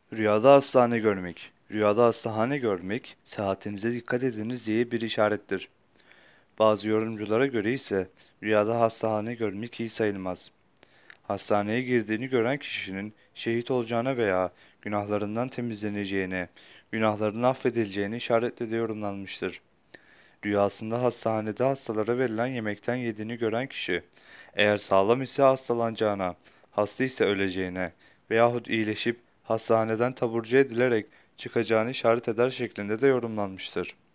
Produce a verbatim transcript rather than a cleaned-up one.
Rüyada hastane görmek. Rüyada hastane görmek, seyahatinize dikkat ediniz diye bir işarettir. Bazı yorumculara göre ise rüyada hastane görmek iyi sayılmaz. Hastaneye girdiğini gören kişinin şehit olacağına veya günahlarından temizleneceğine, günahlarının affedileceğine işaretle de yorumlanmıştır. Rüyasında hastanede hastalara verilen yemekten yediğini gören kişi, eğer sağlam ise hastalanacağına, hasta ise öleceğine veyahut iyileşip hastaneden taburcu edilerek çıkacağını işaret eder şeklinde de yorumlanmıştır.